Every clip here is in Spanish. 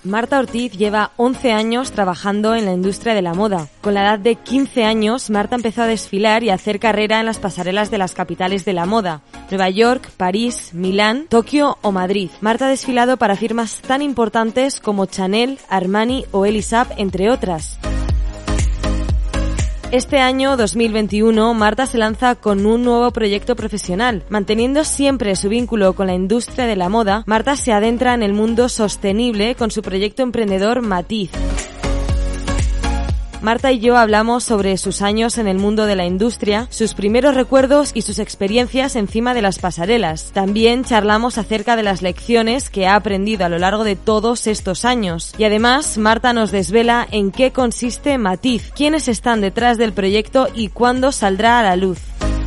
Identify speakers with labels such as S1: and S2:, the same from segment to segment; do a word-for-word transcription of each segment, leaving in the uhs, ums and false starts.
S1: Marta Ortiz lleva once años trabajando en la industria de la moda. Con la edad de quince años, Marta empezó a desfilar y a hacer carrera en las pasarelas de las capitales de la moda: Nueva York, París, Milán, Tokio o Madrid. Marta ha desfilado para firmas tan importantes como Chanel, Armani o Elisab, entre otras. Este año dos mil veintiuno, Marta se lanza con un nuevo proyecto profesional. Manteniendo siempre su vínculo con la industria de la moda, Marta se adentra en el mundo sostenible con su proyecto emprendedor Matiz. Marta y yo hablamos sobre sus años en el mundo de la industria, sus primeros recuerdos y sus experiencias encima de las pasarelas. También charlamos acerca de las lecciones que ha aprendido a lo largo de todos estos años. Y además, Marta nos desvela en qué consiste Matiz, quiénes están detrás del proyecto y cuándo saldrá a la luz.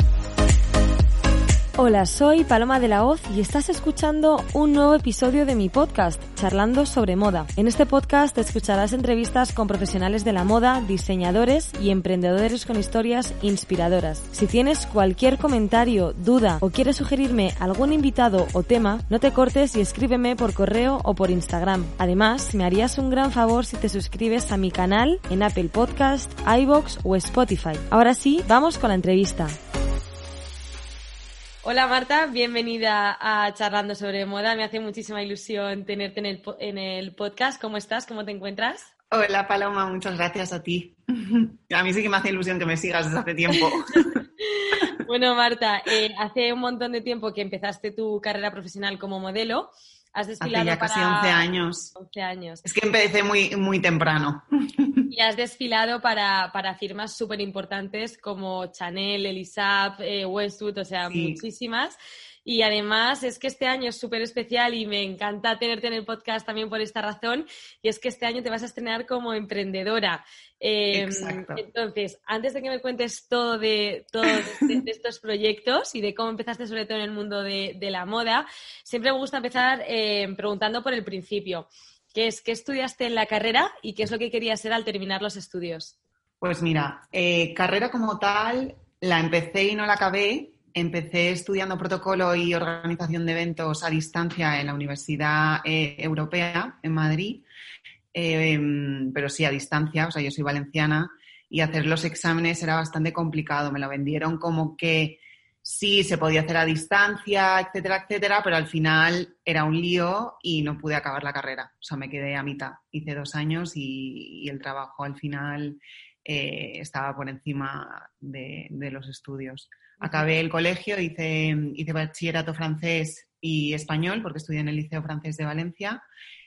S1: Hola, soy Paloma de la Hoz y estás escuchando un nuevo episodio de mi podcast, Charlando sobre Moda. En este podcast escucharás entrevistas con profesionales de la moda, diseñadores y emprendedores con historias inspiradoras. Si tienes cualquier comentario, duda o quieres sugerirme algún invitado o tema, no te cortes y escríbeme por correo o por Instagram. Además, me harías un gran favor si te suscribes a mi canal en Apple Podcast, iVoox o Spotify. Ahora sí, vamos con la entrevista. Hola Marta, bienvenida a Charlando sobre Moda. Me hace muchísima ilusión tenerte en el, en el podcast. ¿Cómo estás? ¿Cómo te encuentras?
S2: Hola Paloma, muchas gracias a ti. A mí sí que me hace ilusión que me sigas desde hace tiempo.
S1: Bueno Marta, eh, hace un montón de tiempo que empezaste tu carrera profesional como modelo. Has desfilado
S2: hace ya
S1: para...
S2: casi once años.
S1: once años.
S2: Es que empecé muy, muy temprano.
S1: Y has desfilado para, para firmas súper importantes como Chanel, Elisab, eh, Westwood, o sea,
S2: sí.
S1: muchísimas. Y además es que este año es súper especial y me encanta tenerte en el podcast también por esta razón, y es que este año te vas a estrenar como emprendedora. Eh,
S2: Exacto.
S1: Entonces, antes de que me cuentes todo de todos de, de estos proyectos y de cómo empezaste sobre todo en el mundo de, de la moda, siempre me gusta empezar eh, preguntando por el principio, que es ¿qué estudiaste en la carrera y qué es lo que querías ser al terminar los estudios?
S2: Pues mira, eh, carrera como tal la empecé y no la acabé. Empecé estudiando protocolo y organización de eventos a distancia en la Universidad eh, Europea en Madrid, eh, pero sí a distancia, o sea, yo soy valenciana, y hacer los exámenes era bastante complicado. Me lo vendieron como que sí, se podía hacer a distancia, etcétera, etcétera, pero al final era un lío y no pude acabar la carrera. O sea, me quedé a mitad. Hice dos años y, y el trabajo al final eh, estaba por encima de, de los estudios. Acabé el colegio, hice, hice bachillerato francés y español, porque estudié en el Liceo Francés de Valencia,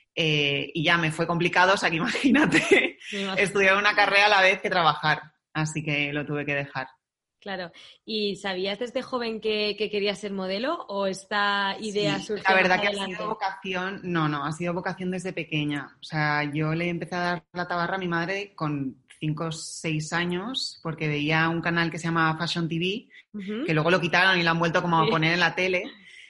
S2: eh, y ya me fue complicado, o sea que imagínate, estudiar una carrera a la vez que trabajar, así que lo tuve que dejar.
S1: Claro. ¿Y sabías desde joven que, que querías ser modelo o esta idea
S2: Sí,
S1: surgió
S2: la verdad
S1: más
S2: que
S1: adelante?
S2: ha sido vocación, no, no, ha sido vocación desde pequeña. O sea, yo le empecé a dar la tabarra a mi madre con cinco o seis años porque veía un canal que se llama Fashion T V, uh-huh. que luego lo quitaron y lo han vuelto como sí. a poner en la tele.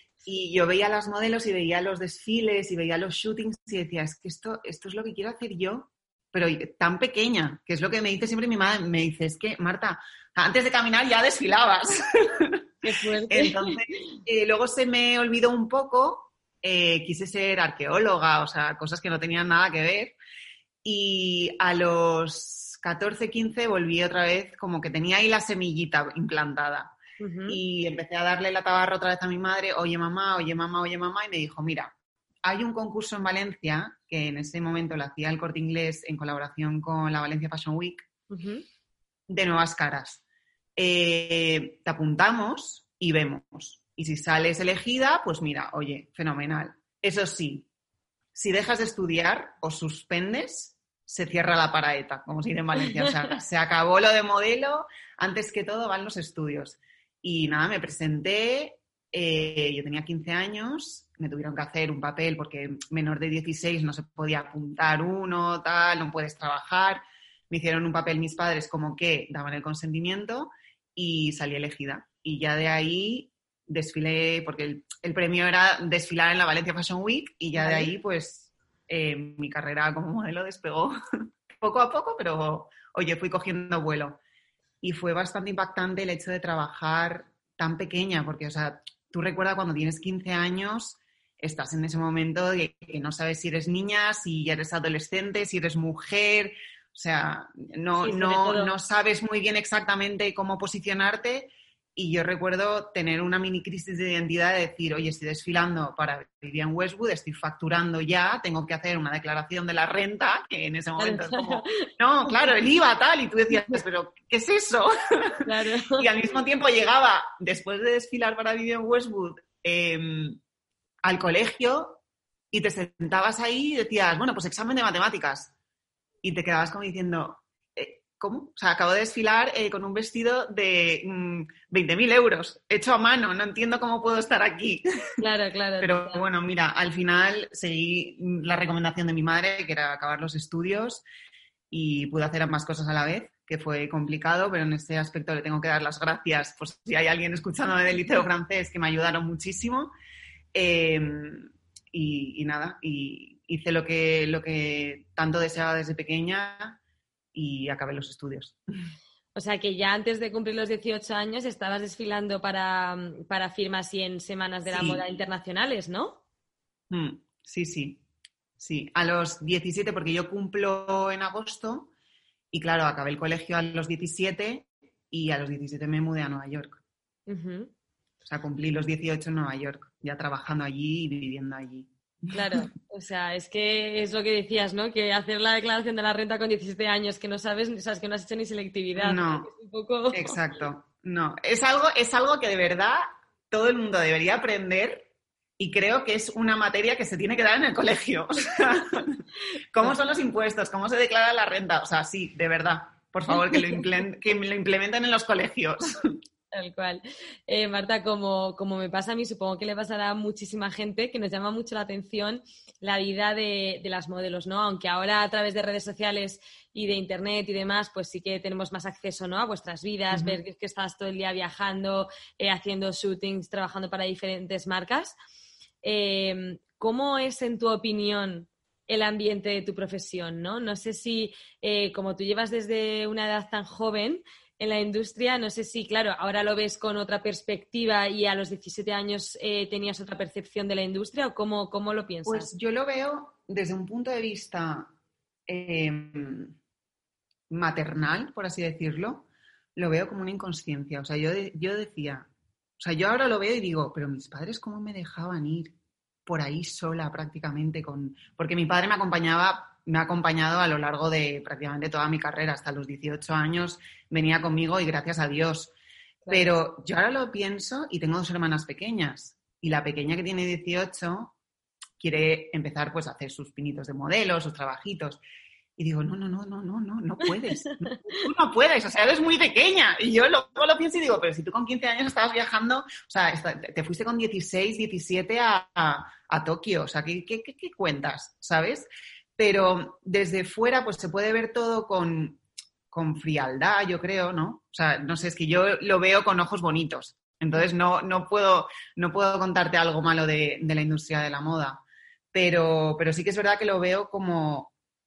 S2: Y yo veía las modelos y veía los desfiles y veía los shootings y decía, es que esto, esto es lo que quiero hacer yo, pero tan pequeña, que es lo que me dice siempre mi madre. Me dice, es que, Marta, antes de caminar ya desfilabas.
S1: Qué fuerte.
S2: Entonces, eh, luego se me olvidó un poco, eh, quise ser arqueóloga, o sea, cosas que no tenían nada que ver. Y a los catorce, quince volví otra vez, como que tenía ahí la semillita implantada. Uh-huh. Y empecé a darle la tabarra otra vez a mi madre, oye mamá, oye mamá, oye mamá, y me dijo, mira, hay un concurso en Valencia, que en ese momento lo hacía el Corte Inglés en colaboración con la Valencia Fashion Week, uh-huh. de nuevas caras. Eh, te apuntamos y vemos. Y si sales elegida, pues mira, oye, fenomenal. Eso sí, si dejas de estudiar o suspendes, se cierra la paraeta, como se dice en Valencia. O sea, se acabó lo de modelo, antes que todo van los estudios. Y nada, me presenté, eh, yo tenía quince años, me tuvieron que hacer un papel porque menor de dieciséis no se podía apuntar uno, tal, no puedes trabajar. Me hicieron un papel mis padres como que daban el consentimiento y salí elegida. Y ya de ahí desfilé, porque el, el premio era desfilar en la Valencia Fashion Week, y ya de ahí pues eh, mi carrera como modelo despegó poco a poco, pero oye, fui cogiendo vuelo. Y fue bastante impactante el hecho de trabajar tan pequeña, porque, o sea, tú recuerdas cuando tienes quince años, estás en ese momento de que no sabes si eres niña, si ya eres adolescente, si eres mujer, o sea, no,
S1: Sí,
S2: no, no sabes muy bien exactamente cómo posicionarte. Y yo recuerdo tener una mini crisis de identidad de decir, oye, estoy desfilando para Vivienne Westwood, estoy facturando ya, tengo que hacer una declaración de la renta, que en ese momento es como, no, claro, el I V A tal, y tú decías, pero ¿qué es eso?
S1: Claro.
S2: Y al mismo tiempo llegaba, después de desfilar para Vivienne Westwood, eh, al colegio y te sentabas ahí y decías, bueno, pues examen de matemáticas. Y te quedabas como diciendo, ¿cómo? O sea, acabo de desfilar eh, con un vestido de mmm, veinte mil euros, hecho a mano, no entiendo cómo puedo estar aquí.
S1: Claro, claro.
S2: Pero
S1: claro.
S2: bueno, mira, al final seguí la recomendación de mi madre, que era acabar los estudios, y pude hacer ambas cosas a la vez, que fue complicado, pero en este aspecto le tengo que dar las gracias, por si hay alguien escuchándome del liceo francés, que me ayudaron muchísimo. Eh, y, y nada, y hice lo que, lo que tanto deseaba desde pequeña, y acabé los estudios.
S1: O sea que ya antes de cumplir los dieciocho años estabas desfilando para, para firmas y en semanas de la
S2: Sí.
S1: moda internacionales, ¿no?
S2: Mm, sí, sí. Sí, a los diecisiete, porque yo cumplo en agosto y claro, acabé el colegio a los diecisiete y a los diecisiete me mudé a Nueva York.
S1: Uh-huh.
S2: O sea, cumplí los dieciocho en Nueva York, ya trabajando allí y viviendo allí.
S1: Claro, o sea, es que es lo que decías, ¿no? Que hacer la declaración de la renta con diecisiete años, que no sabes, sabes que no has hecho ni selectividad.
S2: No,
S1: es un poco...
S2: exacto, no. Es algo, es algo que de verdad todo el mundo debería aprender y creo que es una materia que se tiene que dar en el colegio. O sea, ¿cómo son los impuestos? ¿Cómo se declara la renta? O sea, sí, de verdad, por favor, que lo, implementen, que lo implementen en los colegios.
S1: Tal cual. Eh, Marta, como, como me pasa a mí, supongo que le pasará a muchísima gente que nos llama mucho la atención la vida de, de las modelos, ¿no? Aunque ahora a través de redes sociales y de internet y demás, pues sí que tenemos más acceso, ¿no? A vuestras vidas, uh-huh. ver que estás todo el día viajando, eh, haciendo shootings, trabajando para diferentes marcas. Eh, ¿Cómo es, en tu opinión, el ambiente de tu profesión, ¿no? No sé si, eh, como tú llevas desde una edad tan joven en la industria, no sé si, claro, ahora lo ves con otra perspectiva y a los diecisiete años eh, tenías otra percepción de la industria, ¿o cómo, cómo lo piensas?
S2: Pues yo lo veo desde un punto de vista eh, maternal, por así decirlo, lo veo como una inconsciencia. O sea, yo, yo decía, o sea, yo ahora lo veo y digo, pero mis padres cómo me dejaban ir por ahí sola prácticamente, con porque mi padre me acompañaba... me ha acompañado a lo largo de prácticamente toda mi carrera, hasta los dieciocho años, venía conmigo y gracias a Dios. Claro. Pero yo ahora lo pienso y tengo dos hermanas pequeñas y la pequeña que tiene dieciocho quiere empezar pues a hacer sus pinitos de modelo, sus trabajitos. Y digo, no, no, no, no, no, no, no puedes. No, tú no puedes, o sea, eres muy pequeña. Y yo luego lo pienso y digo, pero si tú con quince años estabas viajando, o sea, te fuiste con dieciséis, diecisiete a, a, a Tokio, o sea, ¿qué, qué, qué, qué cuentas? ¿Sabes? Pero desde fuera pues se puede ver todo con, con frialdad, yo creo, ¿no? O sea, no sé, es que yo lo veo con ojos bonitos. Entonces no, no, puedo, no puedo contarte algo malo de, de la industria de la moda. Pero, pero sí que es verdad que lo veo como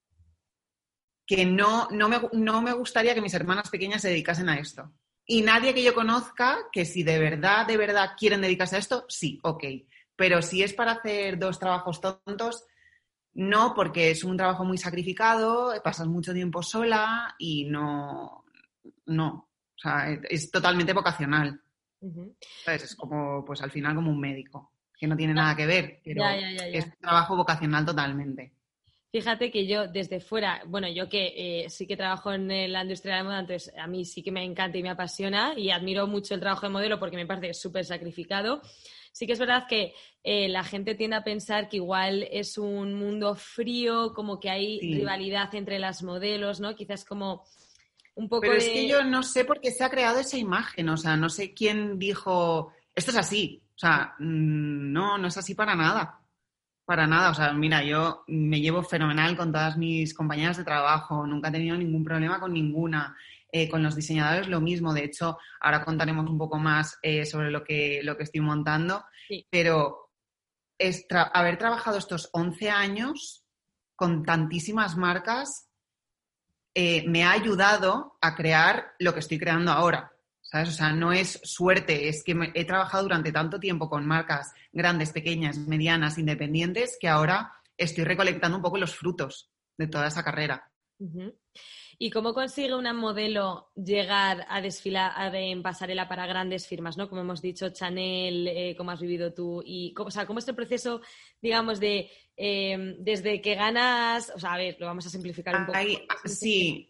S2: que no, no, me, no me gustaría que mis hermanas pequeñas se dedicasen a esto. Y nadie que yo conozca que si de verdad, de verdad quieren dedicarse a esto, sí, ok. Pero si es para hacer dos trabajos tontos... No, porque es un trabajo muy sacrificado, pasas mucho tiempo sola y no, no, o sea, es totalmente vocacional. Uh-huh. ¿Sabes? Es como, pues al final como un médico, que no tiene ya. nada que ver, pero ya, ya, ya, ya. es un trabajo vocacional totalmente.
S1: Fíjate que yo desde fuera, bueno, yo que eh, sí que trabajo en la industria de la moda, entonces a mí sí que me encanta y me apasiona y admiro mucho el trabajo de modelo porque me parece súper sacrificado. Sí que es verdad que eh, la gente tiende a pensar que igual es un mundo frío, como que hay sí. rivalidad entre las modelos, ¿no? Quizás como un poco
S2: Pero
S1: de...
S2: es que yo no sé por qué se ha creado esa imagen, o sea, no sé quién dijo, esto es así, o sea, no, no es así para nada, para nada, o sea, mira, yo me llevo fenomenal con todas mis compañeras de trabajo, nunca he tenido ningún problema con ninguna. Eh, con los diseñadores lo mismo, de hecho, ahora contaremos un poco más eh, sobre lo que, lo que estoy montando, sí. pero es tra- haber trabajado estos once años con tantísimas marcas eh, me ha ayudado a crear lo que estoy creando ahora, ¿sabes? O sea, no es suerte, es que me, he trabajado durante tanto tiempo con marcas grandes, pequeñas, medianas, independientes, que ahora estoy recolectando un poco los frutos de toda esa carrera.
S1: Uh-huh. ¿Y cómo consigue una modelo llegar a desfilar en pasarela para grandes firmas, ¿no? Como hemos dicho, Chanel, eh, ¿cómo has vivido tú? Y, o sea, ¿cómo es el proceso, digamos, de eh, desde que ganas? O sea, a ver, lo vamos a simplificar un poco.
S2: Hay, sí,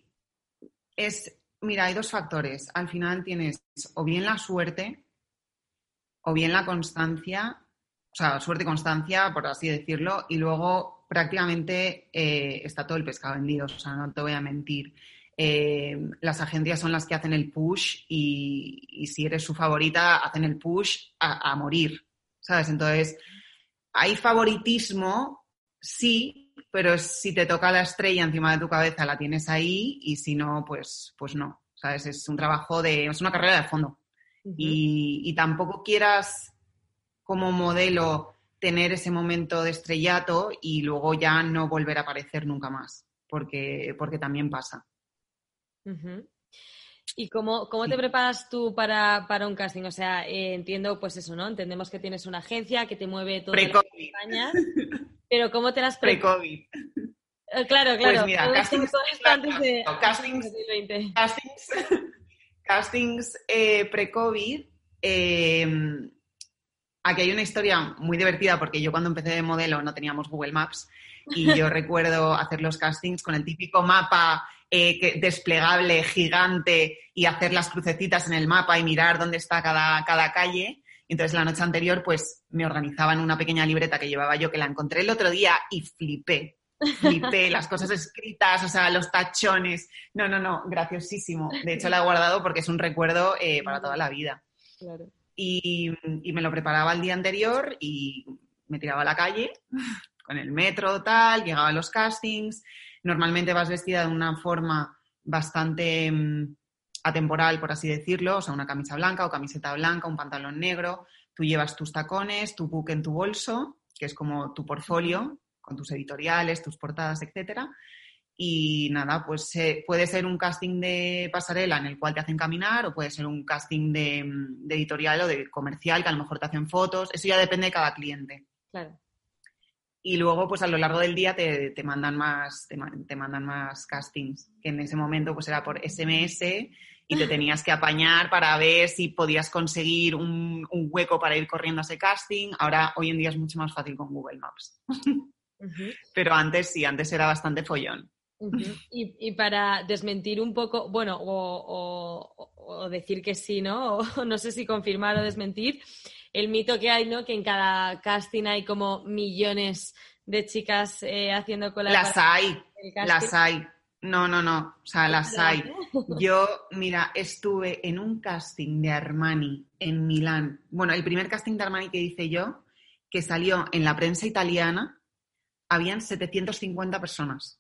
S2: es, mira, hay dos factores. Al final tienes o bien la suerte o bien la constancia, o sea, suerte y constancia, por así decirlo, y luego prácticamente eh, está todo el pescado vendido, o sea, no te voy a mentir. Eh, las agencias son las que hacen el push y, y si eres su favorita, hacen el push a, a morir, ¿sabes? Entonces, hay favoritismo, sí, pero si te toca la estrella encima de tu cabeza, la tienes ahí y si no, pues, pues no, ¿sabes? Es un trabajo de... es una carrera de fondo. Uh-huh. y, y tampoco quieras como modelo tener ese momento de estrellato y luego ya no volver a aparecer nunca más, porque, porque también pasa.
S1: Uh-huh. ¿Y cómo, cómo sí. te preparas tú para, para un casting? O sea, eh, entiendo pues eso, ¿no? Entendemos que tienes una agencia que te mueve todas las campañas, pero ¿cómo te las preparas?
S2: Pre-COVID.
S1: Eh, claro, claro.
S2: Pues mira, castings, claro,
S1: antes de,
S2: castings, de castings, castings eh, pre-COVID. Eh, Aquí hay una historia muy divertida porque yo cuando empecé de modelo no teníamos Google Maps y yo recuerdo hacer los castings con el típico mapa eh, que, desplegable, gigante y hacer las crucecitas en el mapa y mirar dónde está cada, cada calle. Entonces la noche anterior pues me organizaba en una pequeña libreta que llevaba yo, que la encontré el otro día y flipé. Flipé, las cosas escritas, o sea, los tachones. No, no, no, graciosísimo. De hecho la he guardado porque es un recuerdo eh, para toda la vida.
S1: Claro.
S2: Y, y me lo preparaba el día anterior y me tiraba a la calle con el metro, tal, llegaba a los castings. Normalmente vas vestida de una forma bastante um, atemporal, por así decirlo, o sea, una camisa blanca o camiseta blanca, un pantalón negro. Tú llevas tus tacones, tu book en tu bolso, que es como tu portfolio, con tus editoriales, tus portadas, etcétera. Y nada, pues eh, puede ser un casting de pasarela en el cual te hacen caminar o puede ser un casting de, de editorial o de comercial que a lo mejor te hacen fotos. Eso ya depende de cada cliente.
S1: Claro.
S2: Y luego, pues a lo largo del día te, te mandan más te, te mandan más castings, que en ese momento pues era por ese eme ese y te tenías que apañar para ver si podías conseguir un, un hueco para ir corriendo a ese casting. Ahora, hoy en día es mucho más fácil con Google Maps. Uh-huh. Pero antes sí, antes era bastante follón.
S1: Uh-huh. Y, y para desmentir un poco, bueno, o, o, o decir que sí, ¿no? O no sé si confirmar o desmentir el mito que hay, ¿no? Que en cada casting hay como millones de chicas eh, haciendo cola.
S2: Las hay, las hay. No, no, no, o sea, las hay. Yo, mira, estuve en un casting de Armani en Milán. Bueno, el primer casting de Armani que hice yo, que salió en la prensa italiana, habían setecientas cincuenta personas.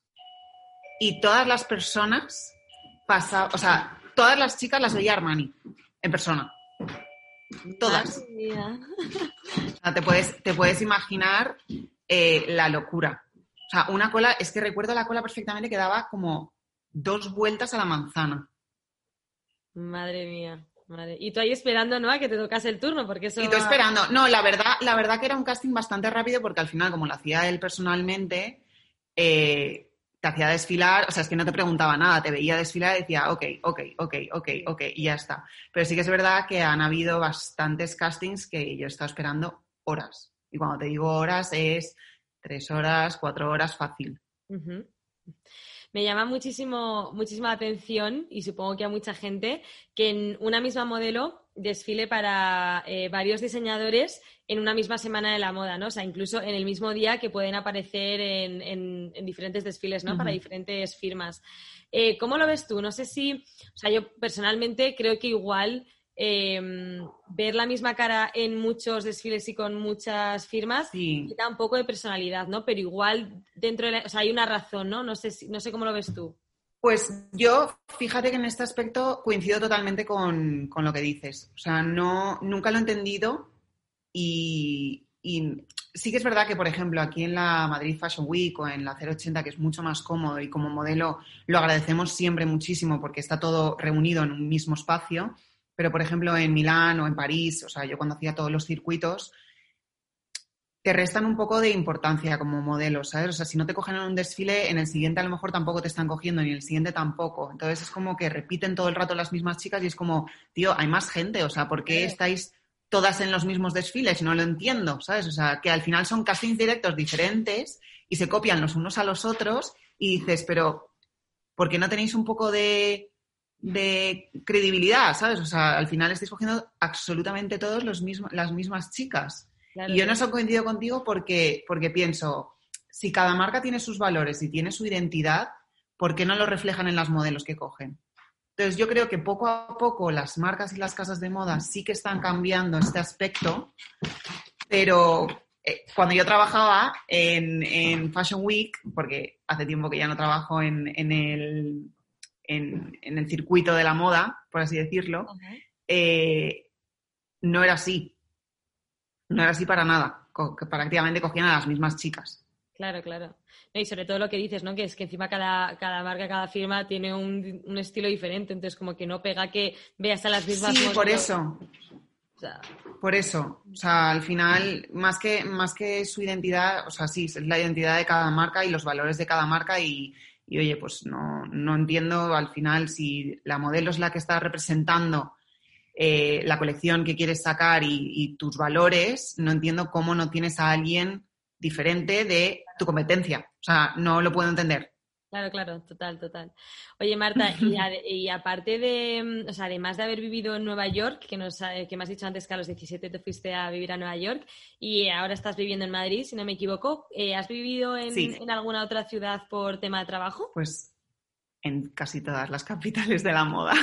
S2: Y todas las personas pasaban, o sea, todas las chicas las veía Armani en persona. Todas. O sea, te puedes, te puedes imaginar eh, la locura. O sea, una cola, es que recuerdo la cola perfectamente que daba como dos vueltas a la manzana.
S1: Madre mía. Madre. Y tú ahí esperando, ¿no? A que te tocase el turno, porque eso...
S2: Y tú esperando. No, la verdad, la verdad que era un casting bastante rápido porque al final, como lo hacía él personalmente, eh, te hacía desfilar, o sea, es que no te preguntaba nada, te veía desfilar y decía, ok, ok, ok, ok, ok, y ya está. Pero sí que es verdad que han habido bastantes castings que yo he estado esperando horas. Y cuando te digo horas es tres horas, cuatro horas fácil.
S1: Uh-huh. Me llama muchísimo, muchísima atención y supongo que a mucha gente que en una misma modelo desfile para eh, varios diseñadores en una misma semana de la moda, ¿no? O sea, incluso en el mismo día que pueden aparecer en, en, en diferentes desfiles, ¿no? Uh-huh. Para diferentes firmas. Eh, ¿Cómo lo ves tú? No sé si... O sea, yo personalmente creo que igual... Eh, ver la misma cara en muchos desfiles y con muchas firmas
S2: sí.
S1: quita un poco de personalidad, ¿no? Pero igual dentro de la, o sea, hay una razón, ¿no? No sé si, no sé cómo lo ves tú.
S2: Pues yo, fíjate que en este aspecto coincido totalmente con, con lo que dices. O sea, no, nunca lo he entendido y, y sí que es verdad que, por ejemplo, aquí en la Madrid Fashion Week o en la cero ochenta, que es mucho más cómodo y como modelo lo agradecemos siempre muchísimo porque está todo reunido en un mismo espacio. pero por ejemplo en Milán o en París, o sea, yo cuando hacía todos los circuitos, te restan un poco de importancia como modelo, ¿sabes? O sea, si no te cogen en un desfile, en el siguiente a lo mejor tampoco te están cogiendo, ni en el siguiente tampoco. Entonces es como que repiten todo el rato las mismas chicas y es como, tío, hay más gente, o sea, ¿por qué estáis todas en los mismos desfiles? No lo entiendo, ¿sabes? O sea, que al final son castings directos diferentes y se copian los unos a los otros y dices, pero ¿por qué no tenéis un poco de, de credibilidad, ¿sabes? O sea, al final estáis cogiendo absolutamente todos los mismos, las mismas chicas. Claro, y yo no he coincidido contigo porque, porque pienso, si cada marca tiene sus valores y tiene su identidad, ¿por qué no lo reflejan en los modelos que cogen? Entonces yo creo que poco a poco las marcas y las casas de moda sí que están cambiando este aspecto, pero eh, cuando yo trabajaba en, en Fashion Week, porque hace tiempo que ya no trabajo en, en, el, en, en el circuito de la moda, por así decirlo, uh-huh. eh, no era así. No era así para nada, que prácticamente cogían a las mismas chicas.
S1: Claro, claro. Y sobre todo lo que dices, ¿no? Que es que encima cada, cada marca, cada firma tiene un, un estilo diferente, entonces como que no pega que veas a las mismas...
S2: Sí, por eso. O sea... Por eso. O sea, al final, más que, más que su identidad, o sea, sí, es la identidad de cada marca y los valores de cada marca y, y oye, pues no, no entiendo al final si la modelo es la que está representando Eh, la colección que quieres sacar y, y tus valores, no entiendo cómo no tienes a alguien diferente de tu competencia. O sea, no lo puedo entender.
S1: Claro, claro, total, total. Oye, Marta, y, a, y aparte de, o sea, además de haber vivido en Nueva York, que, nos, que me has dicho antes que a los diecisiete te fuiste a vivir a Nueva York y ahora estás viviendo en Madrid, si no me equivoco, eh, ¿has vivido en, sí. en alguna otra ciudad por tema de trabajo?
S2: Pues en casi todas las capitales de la moda.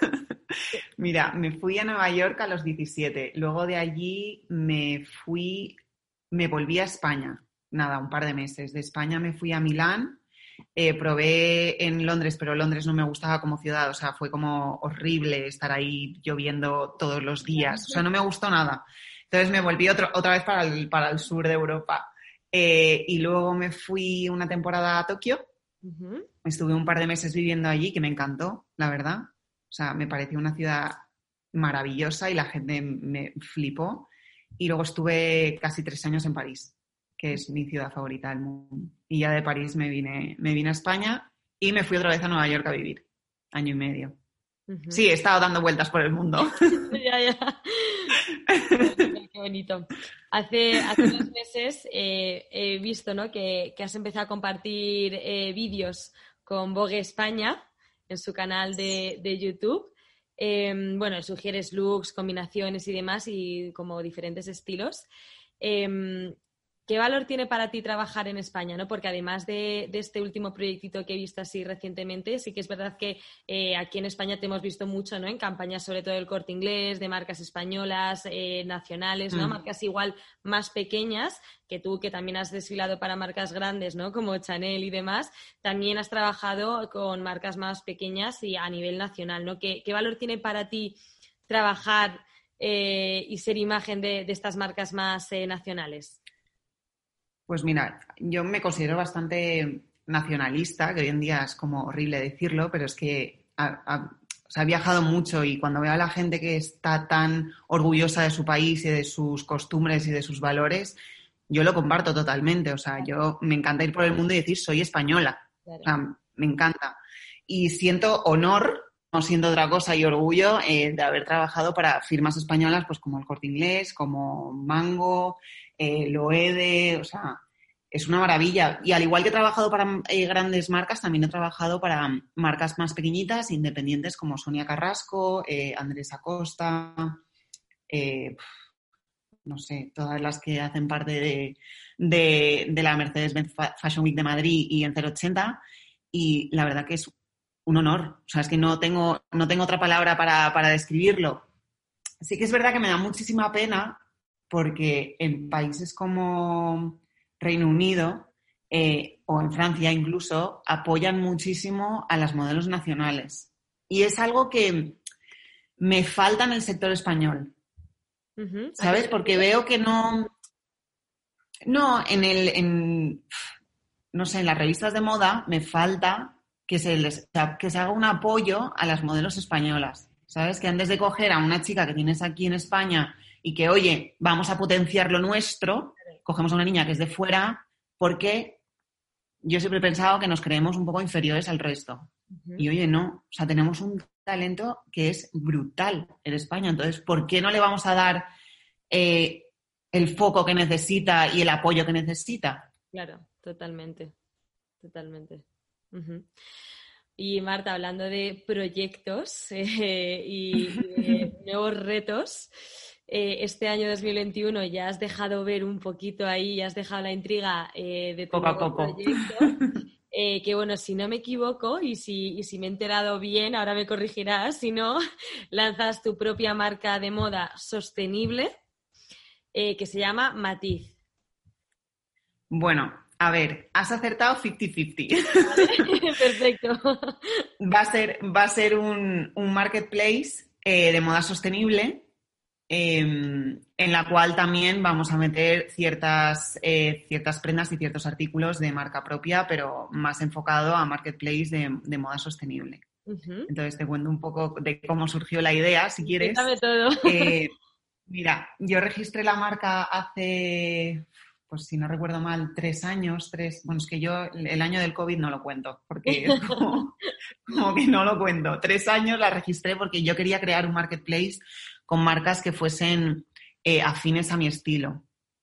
S2: Mira, me fui a Nueva York a los diecisiete. Luego de allí me fui, me volví a España. Nada, un par de meses. De España me fui a Milán. Eh, probé en Londres, pero Londres no me gustaba como ciudad. O sea, fue como horrible estar ahí lloviendo todos los días. O sea, no me gustó nada. Entonces me volví otro, otra vez para el, para el sur de Europa. Eh, y luego me fui una temporada a Tokio. Uh-huh. Estuve un par de meses viviendo allí, que me encantó, la verdad. O sea, me pareció una ciudad maravillosa y la gente me flipó. Y luego estuve casi tres años en París, que es mi ciudad favorita del mundo. Y ya de París me vine, me vine a España y me fui otra vez a Nueva York a vivir. Año y medio. Uh-huh. Sí, he estado dando vueltas por el mundo.
S1: ya, ya. Qué bonito. Hace, hace unos meses eh, he visto, ¿no?, que, que has empezado a compartir eh, vídeos con Vogue España en su canal de, de YouTube. Eh, bueno, sugieres looks, combinaciones y demás y como diferentes estilos. Eh, ¿Qué valor tiene para ti trabajar en España, ¿no? Porque además de, de este último proyectito que he visto así recientemente, sí que es verdad que eh, aquí en España te hemos visto mucho, ¿no?, en campañas sobre todo del Corte Inglés, de marcas españolas, eh, nacionales, ¿no? Mm. Marcas igual más pequeñas, que tú que también has desfilado para marcas grandes, ¿no?, como Chanel y demás, también has trabajado con marcas más pequeñas y a nivel nacional, ¿no? ¿Qué, qué valor tiene para ti trabajar eh, y ser imagen de, de estas marcas más eh, nacionales?
S2: Pues mira, yo me considero bastante nacionalista, que hoy en día es como horrible decirlo, pero es que ha, ha, o sea, he viajado mucho y cuando veo a la gente que está tan orgullosa de su país y de sus costumbres y de sus valores, yo lo comparto totalmente. O sea, yo me encanta ir por el mundo y decir soy española. Claro. O sea, me encanta. Y siento honor, no siento otra cosa, y orgullo eh, de haber trabajado para firmas españolas pues como el Corte Inglés, como Mango, eh, Loewe, o sea, es una maravilla. Y al igual que he trabajado para eh, grandes marcas, también he trabajado para marcas más pequeñitas, independientes, como Sonia Carrasco, eh, Andrés Acosta, eh, no sé, todas las que hacen parte de, de, de la Mercedes-Benz Fashion Week de Madrid y en cero ochenta, y la verdad que es un honor. O sea, es que no tengo, no tengo otra palabra para, para describirlo. Sí que es verdad que me da muchísima pena porque en países como Reino Unido eh, o en Francia incluso apoyan muchísimo a las modelos nacionales. Y es algo que me falta en el sector español. Uh-huh. ¿Sabes? Porque veo que no... No, en el... En, no sé, en las revistas de moda me falta que se, les, que se haga un apoyo a las modelos españolas. ¿sabes? Que antes de coger a una chica que tienes aquí en España y que, oye, vamos a potenciar lo nuestro, cogemos a una niña que es de fuera porque yo siempre he pensado que nos creemos un poco inferiores al resto. Uh-huh. Y, oye, no, o sea, tenemos un talento que es brutal en España. Entonces, ¿por qué no le vamos a dar eh, el foco que necesita y el apoyo que necesita?
S1: Claro, totalmente, totalmente. Uh-huh. Y Marta, hablando de proyectos eh, y, y de nuevos retos, eh, este año dos mil veintiuno ya has dejado ver un poquito ahí, ya has dejado la intriga eh, de tu
S2: poco
S1: nuevo
S2: a poco.
S1: proyecto. Eh, que bueno, si no me equivoco y si, y si me he enterado bien, ahora me corregirás, si no, lanzas tu propia marca de moda sostenible eh, que se llama Matiz.
S2: Bueno, a ver, has acertado cincuenta cincuenta.
S1: Perfecto.
S2: Va a ser, va a ser un, un marketplace eh, de moda sostenible eh, en la cual también vamos a meter ciertas, eh, ciertas prendas y ciertos artículos de marca propia, pero más enfocado a marketplace de, de moda sostenible. Uh-huh. Entonces te cuento un poco de cómo surgió la idea, si quieres.
S1: Cuéntame todo.
S2: Eh, mira, yo registré la marca hace... pues si no recuerdo mal, tres años, tres... Bueno, es que yo el año del COVID no lo cuento, porque es como, como que no lo cuento. Tres años la registré porque yo quería crear un marketplace con marcas que fuesen eh, afines a mi estilo.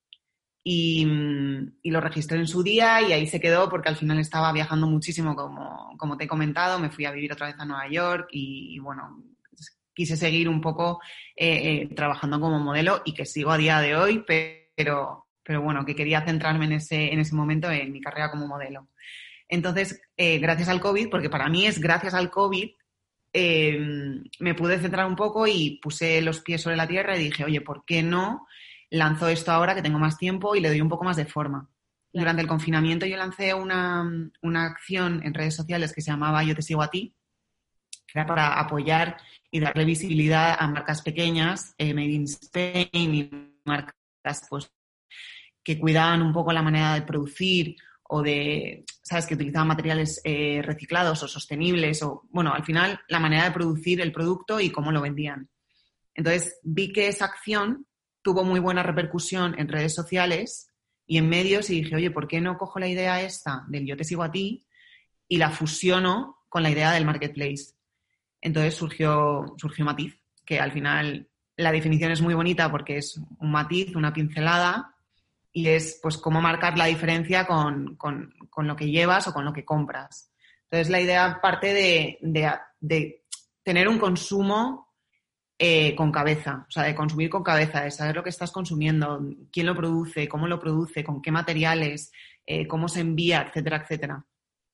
S2: Y, y lo registré en su día y ahí se quedó porque al final estaba viajando muchísimo, como, como te he comentado. Me fui a vivir otra vez a Nueva York y, y bueno, quise seguir un poco eh, eh, trabajando como modelo y que sigo a día de hoy, pero... pero bueno, que quería centrarme en ese, en ese momento en mi carrera como modelo. Entonces, eh, gracias al COVID, porque para mí es gracias al COVID, eh, me pude centrar un poco y puse los pies sobre la tierra y dije, oye, ¿por qué no lanzo esto ahora que tengo más tiempo y le doy un poco más de forma? Claro. Durante el confinamiento yo lancé una, una acción en redes sociales que se llamaba Yo te sigo a ti, que era para apoyar y darle visibilidad a marcas pequeñas, eh, Made in Spain y marcas pues que cuidaban un poco la manera de producir o de, ¿sabes?, que utilizaban materiales eh, reciclados o sostenibles o, bueno, al final la manera de producir el producto y cómo lo vendían. Entonces vi que esa acción tuvo muy buena repercusión en redes sociales y en medios y dije, oye, ¿por qué no cojo la idea esta del Yo te sigo a ti y la fusiono con la idea del marketplace? Entonces surgió, surgió Matiz, que al final la definición es muy bonita porque es un matiz, una pincelada. Y es, pues, cómo marcar la diferencia con, con, con lo que llevas o con lo que compras. Entonces, la idea parte de, de, de tener un consumo eh, con cabeza, o sea, de consumir con cabeza, de saber lo que estás consumiendo, quién lo produce, cómo lo produce, con qué materiales, eh, cómo se envía, etcétera, etcétera.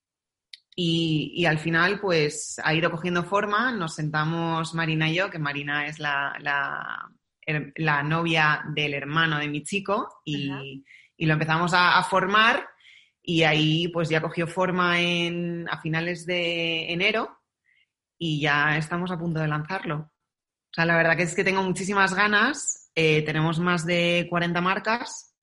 S2: Y, y al final, pues, ha ido cogiendo forma. Nos sentamos Marina y yo, que Marina es la... la la novia del hermano de mi chico y, y lo empezamos a, a formar y ahí pues ya cogió forma en, a finales de enero y ya estamos a punto de lanzarlo. O sea, la verdad que es que tengo muchísimas ganas, eh, tenemos más de cuarenta marcas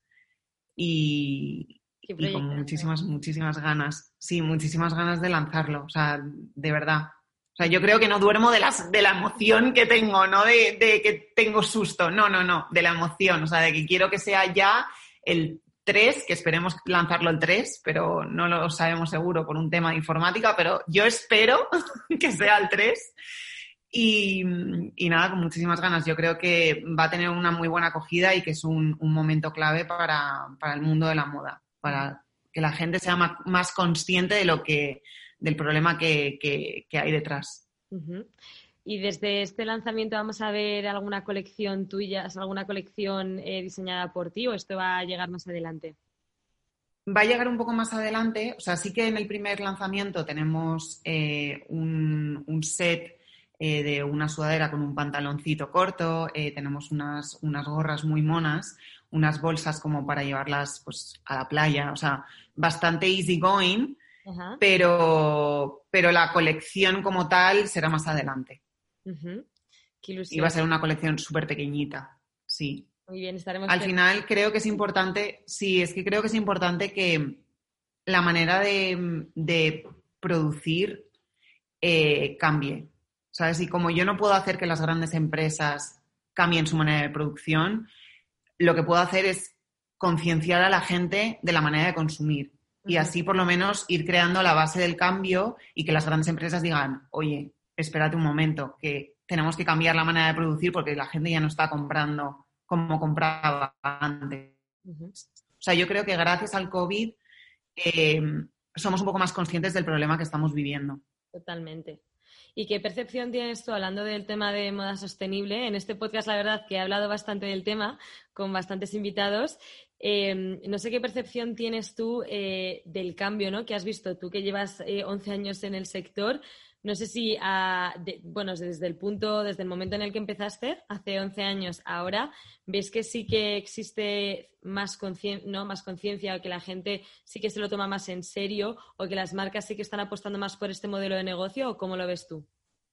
S2: y, y con muchísimas, muchísimas ganas. Sí, muchísimas ganas de lanzarlo, o sea, de verdad. O sea, yo creo que no duermo de la, de la emoción que tengo, no de, de que tengo susto. No, no, no, de la emoción. O sea, de que quiero que sea ya el tres, que esperemos lanzarlo el tres, pero no lo sabemos seguro por un tema de informática, pero yo espero que sea el tres. Y, y nada, con muchísimas ganas. Yo creo que va a tener una muy buena acogida y que es un, un momento clave para, para el mundo de la moda, para que la gente sea más, más consciente de lo que... del problema que, que, que hay detrás.
S1: Uh-huh. Y desde este lanzamiento vamos a ver alguna colección tuya, alguna colección eh, diseñada por ti, o esto va a llegar más adelante.
S2: Va a llegar un poco más adelante. O sea, sí que en el primer lanzamiento tenemos eh, un, un set eh, de una sudadera con un pantaloncito corto, eh, tenemos unas, unas gorras muy monas, unas bolsas como para llevarlas pues a la playa, o sea, bastante easy going. Uh-huh. Pero, pero la colección como tal será más adelante.
S1: Uh-huh. Qué ilusión.
S2: Y va a ser una colección súper pequeñita, sí.
S1: Muy bien, estaremos...
S2: Al final creo que es importante, sí, es que creo que es importante que la manera de, de producir eh, cambie. ¿sabes? Y como yo no puedo hacer que las grandes empresas cambien su manera de producción, lo que puedo hacer es concienciar a la gente de la manera de consumir. Y así, por lo menos, ir creando la base del cambio y que las grandes empresas digan, oye, espérate un momento, que tenemos que cambiar la manera de producir porque la gente ya no está comprando como compraba antes. Uh-huh. O sea, yo creo que gracias al COVID eh, somos un poco más conscientes del problema que estamos viviendo.
S1: Totalmente. ¿Y qué percepción tienes tú, hablando del tema de moda sostenible? En este podcast, la verdad, que he hablado bastante del tema con bastantes invitados. Eh, no sé qué percepción tienes tú eh, del cambio, ¿no?, que has visto tú, que llevas eh, once años en el sector. No sé si, a, de, bueno, desde el punto, desde el momento en el que empezaste, hace once años, ahora, ¿ves que sí que existe más conciencia, ¿no?, más conciencia, o que la gente sí que se lo toma más en serio, o que las marcas sí que están apostando más por este modelo de negocio, o cómo lo ves tú?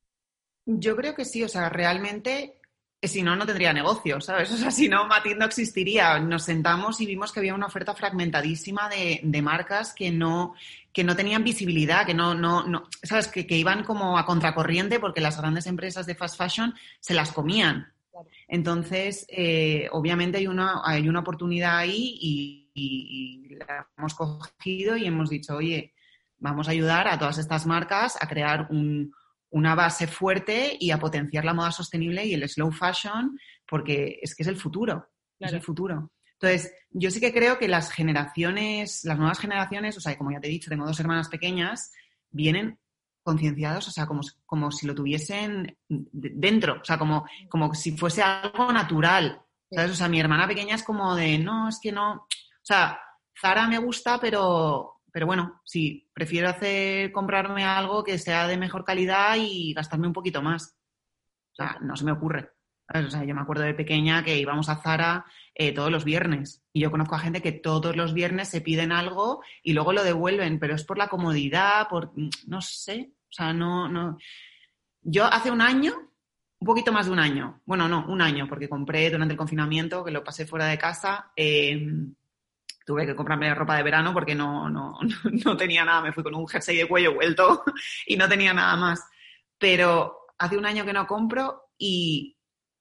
S2: Yo creo que sí, o sea, realmente, si no, no tendría negocio, ¿sabes? O sea, si no, Matiz no existiría. Nos sentamos y vimos que había una oferta fragmentadísima de, de marcas que no, que no tenían visibilidad, que no, no, no ¿sabes? Que, que iban como a contracorriente porque las grandes empresas de fast fashion se las comían. Claro. Entonces, eh, obviamente hay una, hay una oportunidad ahí y, y, y la hemos cogido y hemos dicho, oye, vamos a ayudar a todas estas marcas a crear un una base fuerte y a potenciar la moda sostenible y el slow fashion, porque es que es el futuro, claro. Es el futuro. Entonces, yo sí que creo que las generaciones, las nuevas generaciones, o sea, como ya te he dicho, tengo dos hermanas pequeñas, vienen concienciados, o sea, como, como si lo tuviesen dentro, o sea, como, como si fuese algo natural, ¿sabes? O sea, mi hermana pequeña es como de, no, es que no, o sea, Zara me gusta, pero... Pero bueno, sí, prefiero hacer comprarme algo que sea de mejor calidad y gastarme un poquito más. O sea, no se me ocurre. ¿Sabes? O sea, yo me acuerdo de pequeña que íbamos a Zara eh, todos los viernes. Y yo conozco a gente que todos los viernes se piden algo y luego lo devuelven, pero es por la comodidad, por... no sé. O sea, no... no. Yo hace un año, un poquito más de un año, bueno, no, un año, porque compré durante el confinamiento, que lo pasé fuera de casa, eh, tuve que comprarme ropa de verano porque no, no, no tenía nada. Me fui con un jersey de cuello vuelto y no tenía nada más. Pero hace un año que no compro y,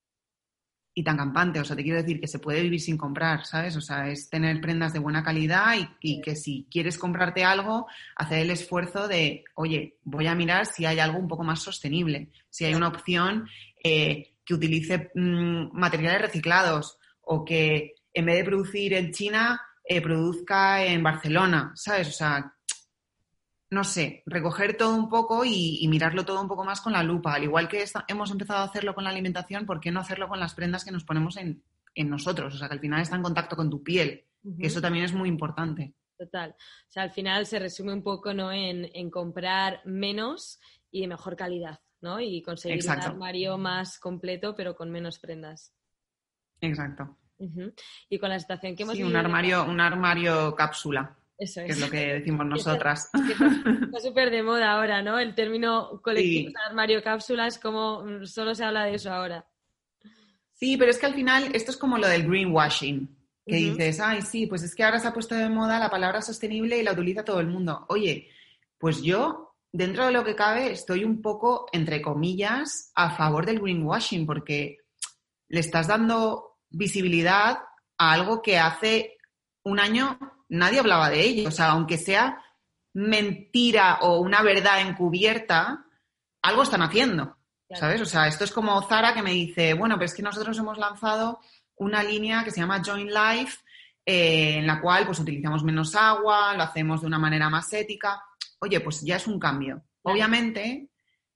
S2: y tan campante. O sea, te quiero decir que se puede vivir sin comprar, ¿sabes? O sea, es tener prendas de buena calidad y, y que si quieres comprarte algo, hacer el esfuerzo de, oye, voy a mirar si hay algo un poco más sostenible, si hay una opción eh, que utilice mmm, materiales reciclados o que en vez de producir en China... Eh, produzca en Barcelona, ¿sabes? O sea, no sé, recoger todo un poco y, y mirarlo todo un poco más con la lupa. Al igual que esta, hemos empezado a hacerlo con la alimentación, ¿por qué no hacerlo con las prendas que nos ponemos en, en nosotros? O sea, que al final está en contacto con tu piel, uh-huh. Que eso también es muy importante.
S1: Total. O sea, al final se resume un poco, ¿no?, en, en comprar menos y de mejor calidad, ¿no? Y conseguir Exacto. Un armario más completo, pero con menos prendas.
S2: Exacto.
S1: Uh-huh. Y con la situación que hemos
S2: sí,
S1: vivido...
S2: un armario, un armario cápsula.
S1: Eso es.
S2: Que es lo que decimos nosotras.
S1: Está súper de moda ahora, ¿no? El término colectivo, sí. Armario cápsula, es como... Solo se habla de eso ahora.
S2: Sí, pero es que al final esto es como lo del greenwashing. Que uh-huh. dices, ay, sí, pues es que ahora se ha puesto de moda la palabra sostenible y la utiliza todo el mundo. Oye, pues yo, dentro de lo que cabe, estoy un poco, entre comillas, a favor del greenwashing, porque le estás dando... visibilidad a algo que hace un año nadie hablaba de ello. O sea, aunque sea mentira o una verdad encubierta, algo están haciendo, claro. ¿Sabes? O sea, esto es como Zara que me dice, bueno, pero es que nosotros hemos lanzado una línea que se llama Join Life, eh, en la cual pues utilizamos menos agua, lo hacemos de una manera más ética. Oye, pues ya es un cambio. Claro. Obviamente,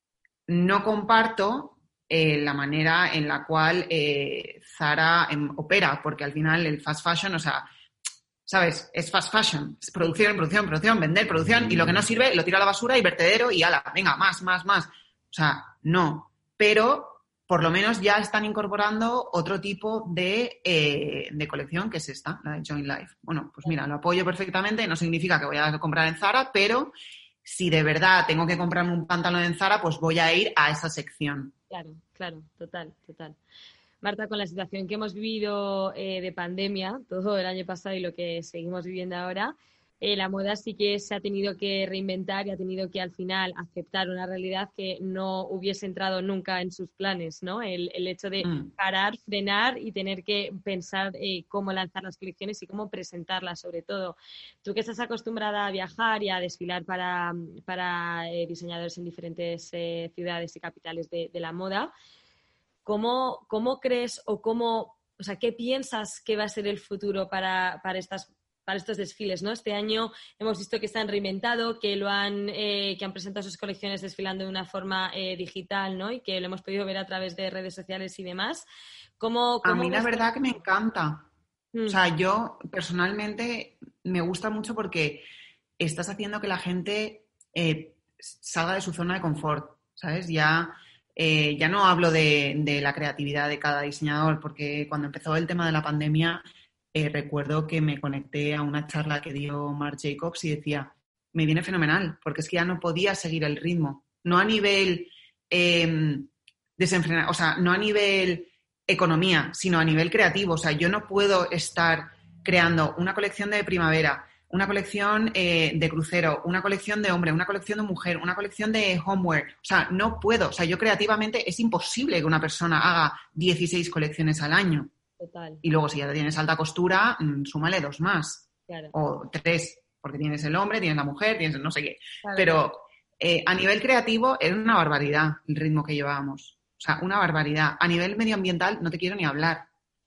S2: no comparto Eh, la manera en la cual eh, Zara eh, opera, porque al final el fast fashion, o sea, ¿sabes? Es fast fashion, es producción, producción, producción, vender, producción, y lo que no sirve lo tira a la basura y vertedero y ala, venga, más, más, más. O sea, no. Pero por lo menos ya están incorporando otro tipo de, eh, de colección, que es esta, la de Join Life. Bueno, pues mira, lo apoyo perfectamente, no significa que voy a comprar en Zara, pero si de verdad tengo que comprarme un pantalón en Zara, pues voy a ir a esa sección.
S1: Claro, claro, total, total. Marta, con la situación que hemos vivido eh, de pandemia, todo el año pasado y lo que seguimos viviendo ahora, eh, la moda sí que se ha tenido que reinventar y ha tenido que al final aceptar una realidad que no hubiese entrado nunca en sus planes, ¿no? El, el hecho de
S2: Mm.
S1: parar, frenar y tener que pensar eh, cómo lanzar las colecciones y cómo presentarlas, sobre todo. Tú que estás acostumbrada a viajar y a desfilar para, para eh, diseñadores en diferentes eh, ciudades y capitales de, de la moda, ¿cómo, cómo crees o cómo, o sea, qué piensas que va a ser el futuro para, para estas para estos desfiles, ¿no? Este año hemos visto que se han reinventado, que lo han, eh, que han presentado sus colecciones desfilando de una forma eh, digital, ¿no? Y que lo hemos podido ver a través de redes sociales y demás. ¿Cómo, cómo
S2: A mí la
S1: ves que-
S2: verdad que me encanta.
S1: Mm,
S2: O sea, yo personalmente me gusta mucho porque estás haciendo que la gente eh, salga de su zona de confort, ¿sabes? Ya, eh, ya no hablo de, de la creatividad de cada diseñador, porque cuando empezó el tema de la pandemia, eh, recuerdo que me conecté a una charla que dio Marc Jacobs y decía, me viene fenomenal, porque es que ya no podía seguir el ritmo. No a nivel eh, desenfrenado, o sea, no a nivel economía, sino a nivel creativo. O sea, yo no puedo estar creando una colección de primavera, una colección eh, de crucero, una colección de hombre, una colección de mujer, una colección de homeware. O sea, no puedo. O sea, yo creativamente es imposible que una persona haga dieciséis colecciones al año.
S1: total,
S2: Y luego, si ya tienes alta costura, mmm, súmale dos más.
S1: claro.
S2: O tres, porque tienes el hombre, tienes la mujer, tienes el no sé qué.
S1: Claro.
S2: Pero eh, a nivel creativo era una barbaridad el ritmo que llevábamos. O sea, una barbaridad. A nivel medioambiental no te quiero ni hablar.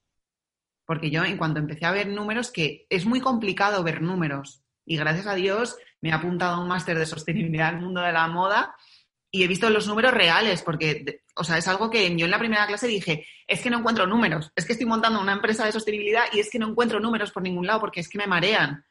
S2: Porque yo, en cuanto empecé a ver números, que es muy complicado ver números. Y gracias a Dios me he apuntado a un máster de sostenibilidad en el mundo de la moda y he visto los números reales, porque, o sea, es algo que yo en la primera clase dije, es que no encuentro números, es que estoy montando una empresa de sostenibilidad y es que no encuentro números por ningún lado porque es que me marean.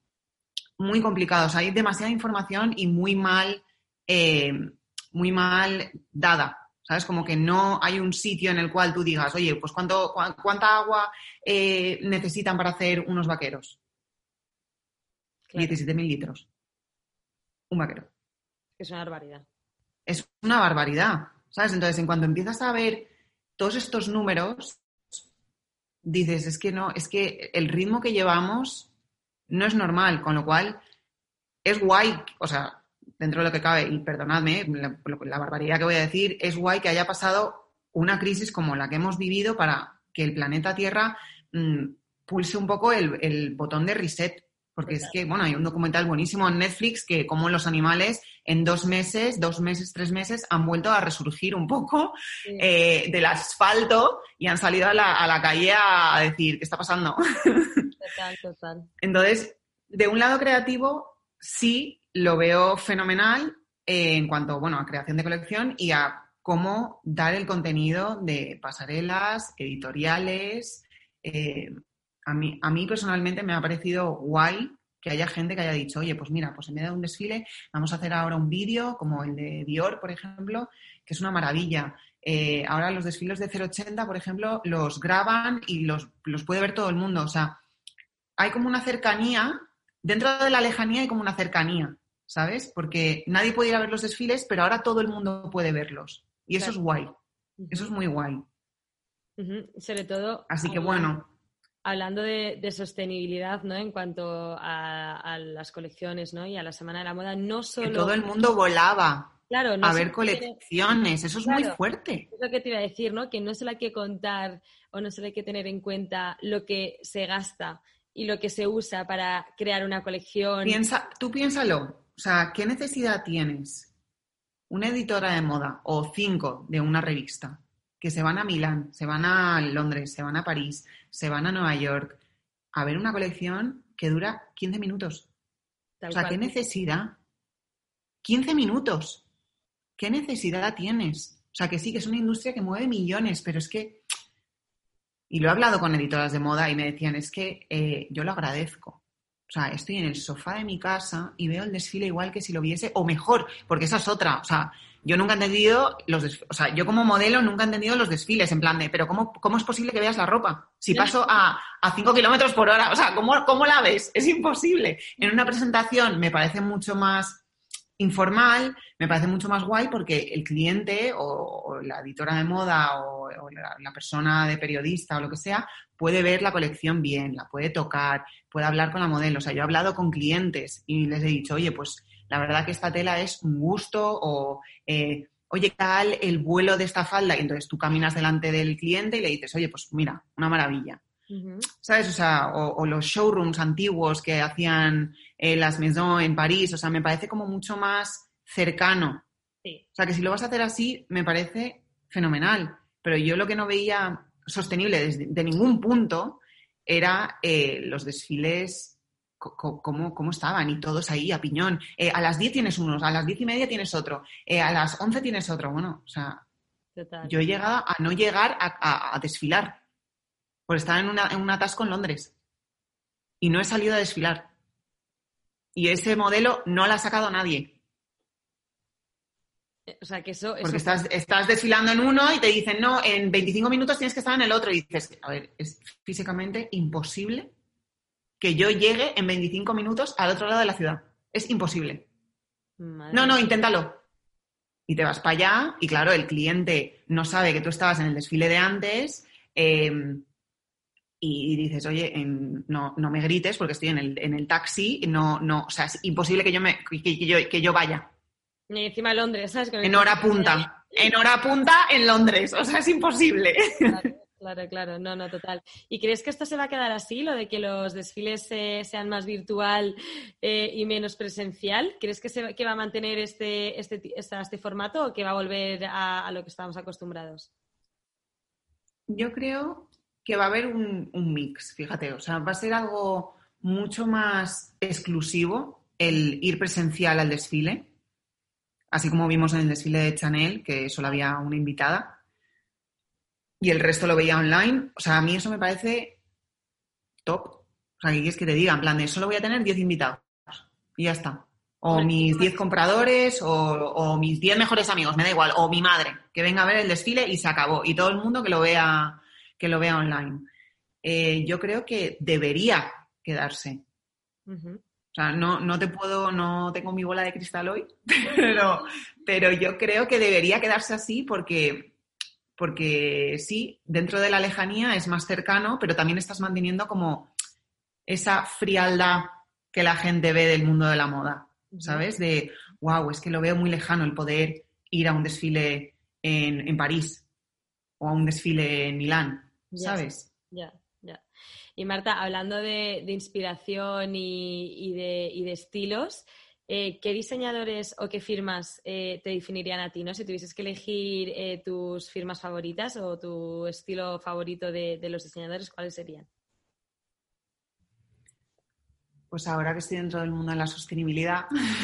S2: Muy complicado, o sea, hay demasiada información y muy mal, eh, muy mal dada. ¿Sabes? Como que no hay un sitio en el cual tú digas, oye, pues ¿cuánto, cu- ¿cuánta agua eh, necesitan para hacer unos vaqueros?
S1: Claro,
S2: diecisiete mil litros. Un vaquero.
S1: es una barbaridad.
S2: Es una barbaridad, ¿sabes? Entonces, en cuanto empiezas a ver todos estos números, dices, es que no, es que el ritmo que llevamos no es normal, con lo cual es guay, o sea, dentro de lo que cabe, y perdonadme la, la barbaridad que voy a decir, es guay que haya pasado una crisis como la que hemos vivido para que el planeta Tierra mmm, pulse un poco el, el botón de reset. Porque es que, bueno, hay un documental buenísimo en Netflix que como los animales en dos meses, dos meses, tres meses han vuelto a resurgir un poco
S1: Sí.
S2: eh, del asfalto y han salido a la, a la calle a decir, ¿qué está pasando?
S1: Total, total.
S2: Entonces, de un lado creativo, sí lo veo fenomenal eh, en cuanto, bueno, a creación de colección y a cómo dar el contenido de pasarelas, editoriales. Eh, a, mí, a mí personalmente me ha parecido guay que haya gente que haya dicho, oye, pues mira, pues en vez de un desfile vamos a hacer ahora un vídeo como el de Dior, por ejemplo, que es una maravilla. Eh, ahora los desfiles de cero ochenta, por ejemplo, los graban y los, los puede ver todo el mundo. O sea, hay como una cercanía, dentro de la lejanía hay como una cercanía, ¿sabes? Porque nadie puede ir a ver los desfiles, pero ahora todo el mundo puede verlos. Y eso
S1: Claro.
S2: es guay,
S1: Uh-huh.
S2: eso es muy guay.
S1: Uh-huh. Sobre todo,
S2: Así que
S1: hablando,
S2: bueno,
S1: hablando de, de sostenibilidad, ¿no? En cuanto a, a las colecciones, ¿no? Y a la Semana de la Moda, no
S2: que
S1: solo...
S2: todo el mundo volaba
S1: Claro, no
S2: a ver
S1: solo tiene-
S2: colecciones, eso es
S1: Claro.
S2: muy fuerte.
S1: Es lo que te iba a decir, ¿no? Que no solo hay que contar o no solo hay que tener en cuenta lo que se gasta y lo que se usa para crear una colección.
S2: Piensa, tú piénsalo, o sea, ¿qué necesidad tienes? Una editora de moda o cinco de una revista que se van a Milán, se van a Londres, se van a París, se van a Nueva York a ver una colección que dura quince minutos.
S1: Tal
S2: O sea,
S1: cual.
S2: ¿qué necesidad? quince minutos. ¿Qué necesidad tienes? O sea, que sí, que es una industria que mueve millones, pero es que... Y lo he hablado con editoras de moda y me decían, es que eh, yo lo agradezco. O sea, estoy en el sofá de mi casa y veo el desfile igual que si lo viese, o mejor, porque esa es otra. O sea, yo nunca he entendido los desfiles. O sea, yo como modelo nunca he entendido los desfiles, en plan de, pero ¿cómo, cómo es posible que veas la ropa? Si paso a, a cinco kilómetros por hora, o sea, ¿cómo, ¿cómo la ves? Es imposible. En una presentación me parece mucho más informal, me parece mucho más guay porque el cliente o, o la editora de moda o, o la, la persona de periodista o lo que sea puede ver la colección bien, la puede tocar, puede hablar con la modelo. O sea, yo he hablado con clientes y les he dicho, oye, pues la verdad que esta tela es un gusto o, eh, oye, ¿qué tal el vuelo de esta falda? Y entonces tú caminas delante del cliente y le dices, oye, pues mira, una maravilla. Uh-huh. ¿Sabes? O sea, o, o los showrooms antiguos que hacían eh, las Maisons en París, o sea, me parece como mucho más cercano. Sí. O sea, que si lo vas a hacer así, me parece fenomenal. Pero yo lo que no veía sostenible desde, de ningún punto era eh, los desfiles, co- cómo, cómo estaban y todos ahí a piñón. Eh, a las diez tienes unos, a las diez y media tienes otro, eh, a las once tienes otro. Bueno, o sea, Total. Yo he llegado a no llegar a, a, a desfilar. Por estar en, una, en un atasco en Londres. Y no he salido a desfilar. Y ese modelo no lo ha sacado nadie.
S1: O sea, que eso...
S2: Porque
S1: eso...
S2: estás, estás desfilando en uno y te dicen, no, en veinticinco minutos tienes que estar en el otro. Y dices, a ver, es físicamente imposible que yo llegue en veinticinco minutos al otro lado de la ciudad. Es imposible. Madre no, no, inténtalo. Y te vas para allá y, claro, el cliente no sabe que tú estabas en el desfile de antes... Eh, y dices, oye, en, no, no me grites porque estoy en el, en el taxi, no, no, o sea, es imposible que yo me que, que yo, que yo vaya.
S1: Y encima Londres, ¿sabes?
S2: En hora punta, en hora punta en Londres, o sea, es imposible.
S1: Claro, claro, claro, no, no, total. ¿Y crees que esto se va a quedar así, lo de que los desfiles eh, sean más virtual eh, y menos presencial? ¿Crees que, se, que va a mantener este, este, este, este formato o que va a volver a, a lo que estábamos acostumbrados?
S2: Yo creo que va a haber un, un mix, fíjate, o sea, va a ser algo mucho más exclusivo el ir presencial al desfile, así como vimos en el desfile de Chanel, que solo había una invitada y el resto lo veía online. O sea, a mí eso me parece top. O sea, ¿qué quieres que te diga? En plan de solo voy a tener diez invitados y ya está. O mis diez compradores o, o mis diez mejores amigos, me da igual, o mi madre, que venga a ver el desfile y se acabó. Y todo el mundo que lo vea... que lo vea online. Eh, yo creo que debería quedarse. Uh-huh. O sea, no, no te puedo, no tengo mi bola de cristal hoy, pero, pero yo creo que debería quedarse así porque, porque sí, dentro de la lejanía es más cercano, pero también estás manteniendo como esa frialdad que la gente ve del mundo de la moda, ¿sabes? De, wow, es que lo veo muy lejano el poder ir a un desfile en, en París o a un desfile en Milán. ¿Sabes?
S1: Ya, ya. Y Marta, hablando de, de inspiración y, y, de, y de estilos, eh, ¿qué diseñadores o qué firmas eh, te definirían a ti, ¿no? Si tuvieses que elegir eh, tus firmas favoritas o tu estilo favorito de, de los diseñadores, ¿cuáles serían?
S2: Pues ahora que estoy dentro del mundo de la sostenibilidad,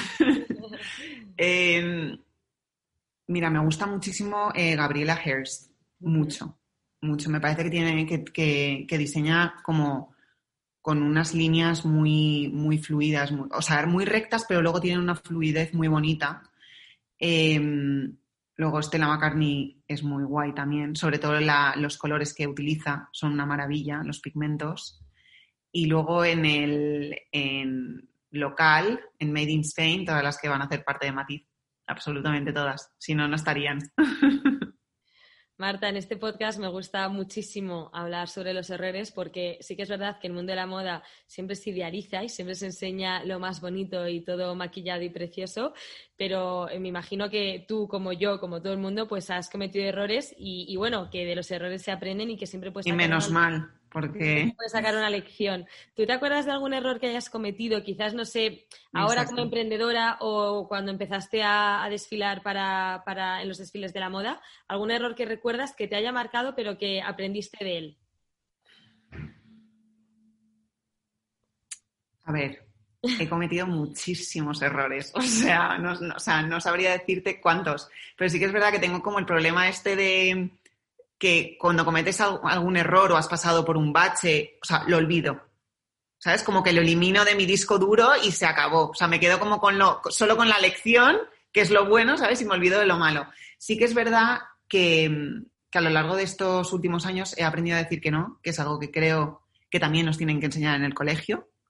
S2: eh, mira, me gusta muchísimo eh, Gabriela Hearst, uh-huh. mucho. Mucho, me parece que tiene que, que, que diseña como con unas líneas muy, muy fluidas, muy, o sea, muy rectas, pero luego tienen una fluidez muy bonita. Eh, luego Stella McCartney es muy guay también, sobre todo la, los colores que utiliza son una maravilla, los pigmentos. Y luego en el en local, en Made in Spain, todas las que van a hacer parte de Matiz, absolutamente todas, si no, no estarían.
S1: Marta, en este podcast me gusta muchísimo hablar sobre los errores porque sí que es verdad que el mundo de la moda siempre se idealiza y siempre se enseña lo más bonito y todo maquillado y precioso, pero me imagino que tú, como yo, como todo el mundo, pues has cometido errores y, y bueno, que de los errores se aprenden y que siempre puedes
S2: sacar Y menos una... mal. Porque...
S1: Puedes sacar una lección. ¿Tú te acuerdas de algún error que hayas cometido? Quizás, no sé, ahora Exacto. como emprendedora o cuando empezaste a, a desfilar para, para en los desfiles de la moda, ¿algún error que recuerdas que te haya marcado pero que aprendiste de él?
S2: A ver, he cometido muchísimos errores. O sea, no, no, o sea, no sabría decirte cuántos. Pero sí que es verdad que tengo como el problema este de... que cuando cometes algún error o has pasado por un bache, o sea, lo olvido, ¿sabes? Como que lo elimino de mi disco duro y se acabó. O sea, me quedo como con lo, solo con la lección, que es lo bueno, ¿sabes? Y me olvido de lo malo. Sí que es verdad que, que a lo largo de estos últimos años he aprendido a decir que no, que es algo que creo que también nos tienen que enseñar en el colegio,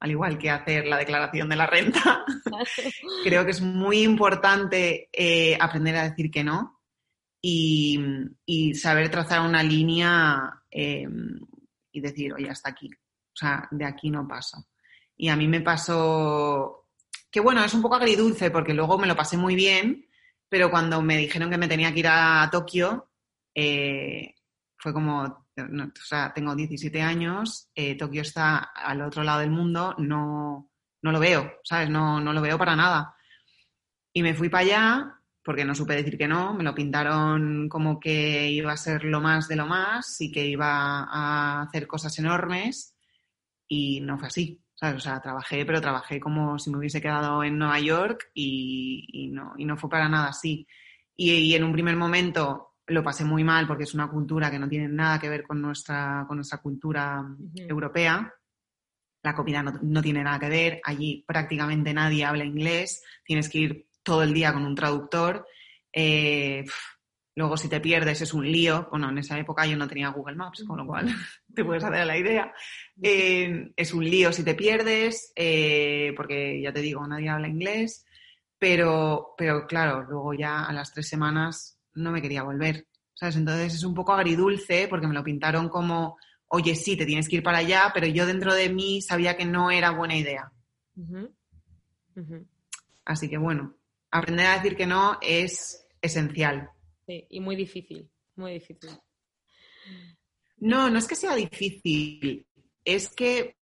S2: al igual que hacer la declaración de la renta. Creo que es muy importante eh, aprender a decir que no y, y saber trazar una línea eh, y decir, oye, hasta aquí. O sea, de aquí no paso. Y a mí me pasó que, bueno, es un poco agridulce porque luego me lo pasé muy bien, pero cuando me dijeron que me tenía que ir a Tokio, eh, fue como, no, o sea, tengo diecisiete años, eh, Tokio está al otro lado del mundo, no, no lo veo, ¿sabes? No, no lo veo para nada. Y me fui para allá porque no supe decir que no, me lo pintaron como que iba a ser lo más de lo más y que iba a hacer cosas enormes y no fue así. ¿Sabes? O sea, trabajé, pero trabajé como si me hubiese quedado en Nueva York y, y, no, y no fue para nada así. Y, y en un primer momento lo pasé muy mal porque es una cultura que no tiene nada que ver con nuestra, con nuestra cultura uh-huh. europea. La comida no, no tiene nada que ver. Allí prácticamente nadie habla inglés. Tienes que ir todo el día con un traductor. Eh, luego, si te pierdes, es un lío. Bueno, en esa época yo no tenía Google Maps, con lo cual te puedes hacer la idea. Eh, es un lío si te pierdes, eh, porque ya te digo, nadie habla inglés. Pero, pero claro, luego ya a las tres semanas no me quería volver, ¿sabes? Entonces es un poco agridulce porque me lo pintaron como, oye, sí, te tienes que ir para allá, pero yo dentro de mí sabía que no era buena idea. Uh-huh. Uh-huh. Así que bueno, aprender a decir que no es esencial.
S1: Sí, y muy difícil, muy difícil.
S2: No, no es que sea difícil, es que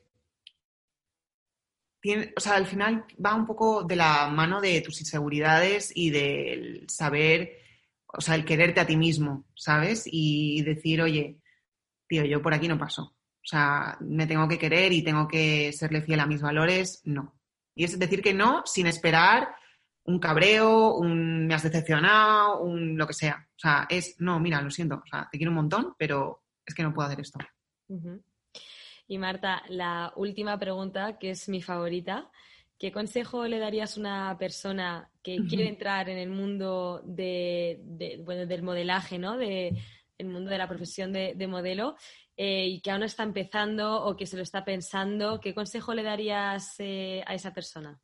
S2: tiene, o sea, al final va un poco de la mano de tus inseguridades y del saber, o sea, el quererte a ti mismo, ¿sabes? Y decir, oye, tío, yo por aquí no paso. O sea, me tengo que querer y tengo que serle fiel a mis valores, no. Y es decir que no sin esperar un cabreo, un me has decepcionado, un lo que sea. O sea, es, no, mira, lo siento, o sea, te quiero un montón, pero es que no puedo hacer esto.
S1: Uh-huh. Y Marta, la última pregunta, que es mi favorita. ¿Qué consejo le darías a una persona que quiere entrar en el mundo de, de, bueno, del modelaje, ¿no? De, el mundo de la profesión de, de modelo eh, y que aún no está empezando o que se lo está pensando? ¿Qué consejo le darías eh, a esa persona?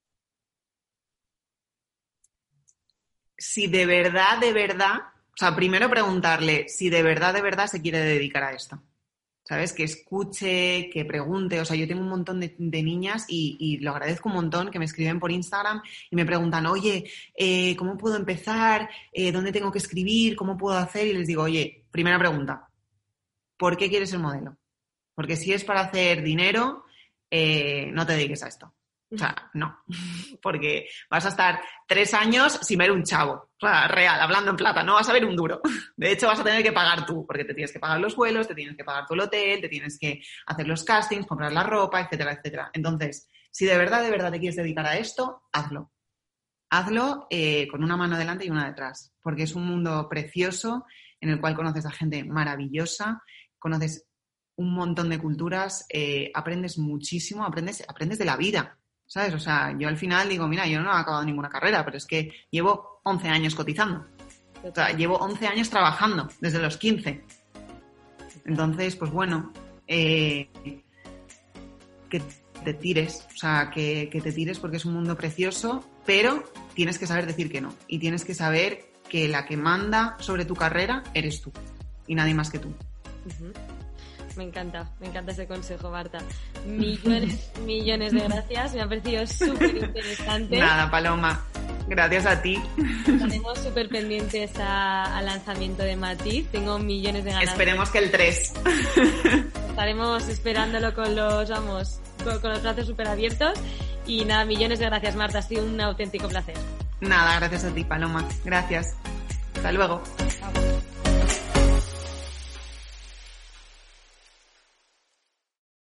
S2: Si de verdad, de verdad, o sea, primero preguntarle si de verdad, de verdad se quiere dedicar a esto. ¿Sabes? Que escuche, que pregunte. O sea, yo tengo un montón de, de niñas y, y lo agradezco un montón que me escriben por Instagram y me preguntan, oye, eh, ¿cómo puedo empezar? Eh, ¿Dónde tengo que escribir? ¿Cómo puedo hacer? Y les digo, oye, primera pregunta, ¿por qué quieres ser modelo? Porque si es para hacer dinero, eh, no te dediques a esto. O sea, no, porque vas a estar tres años sin ver un chavo, o sea, real, hablando en plata, no vas a ver un duro. De hecho, vas a tener que pagar tú, porque te tienes que pagar los vuelos, te tienes que pagar tú el hotel, te tienes que hacer los castings, comprar la ropa, etcétera, etcétera. Entonces, si de verdad, de verdad te quieres dedicar a esto, hazlo. Hazlo eh, con una mano delante y una detrás, porque es un mundo precioso en el cual conoces a gente maravillosa, conoces un montón de culturas, eh, aprendes muchísimo, aprendes, aprendes de la vida. ¿Sabes? O sea, yo al final digo, mira, yo no he acabado ninguna carrera, pero es que llevo once años cotizando. O sea, llevo once años trabajando, desde los quince. Entonces, pues bueno, eh, que te tires, o sea, que, que te tires porque es un mundo precioso, pero tienes que saber decir que no. Y tienes que saber que la que manda sobre tu carrera eres tú y nadie más que tú.
S1: Uh-huh. Me encanta, me encanta ese consejo, Marta. Millones, millones de gracias. Me ha parecido súper interesante.
S2: Nada, Paloma. Gracias a ti.
S1: Estaremos súper pendientes a, al lanzamiento de Matiz. Tengo millones de ganas.
S2: Esperemos que el tres.
S1: Estaremos esperándolo con los, vamos, con, con los brazos súper abiertos. Y nada, millones de gracias, Marta. Ha sido un auténtico placer.
S2: Nada, gracias a ti, Paloma. Gracias. Hasta luego.
S1: Chao.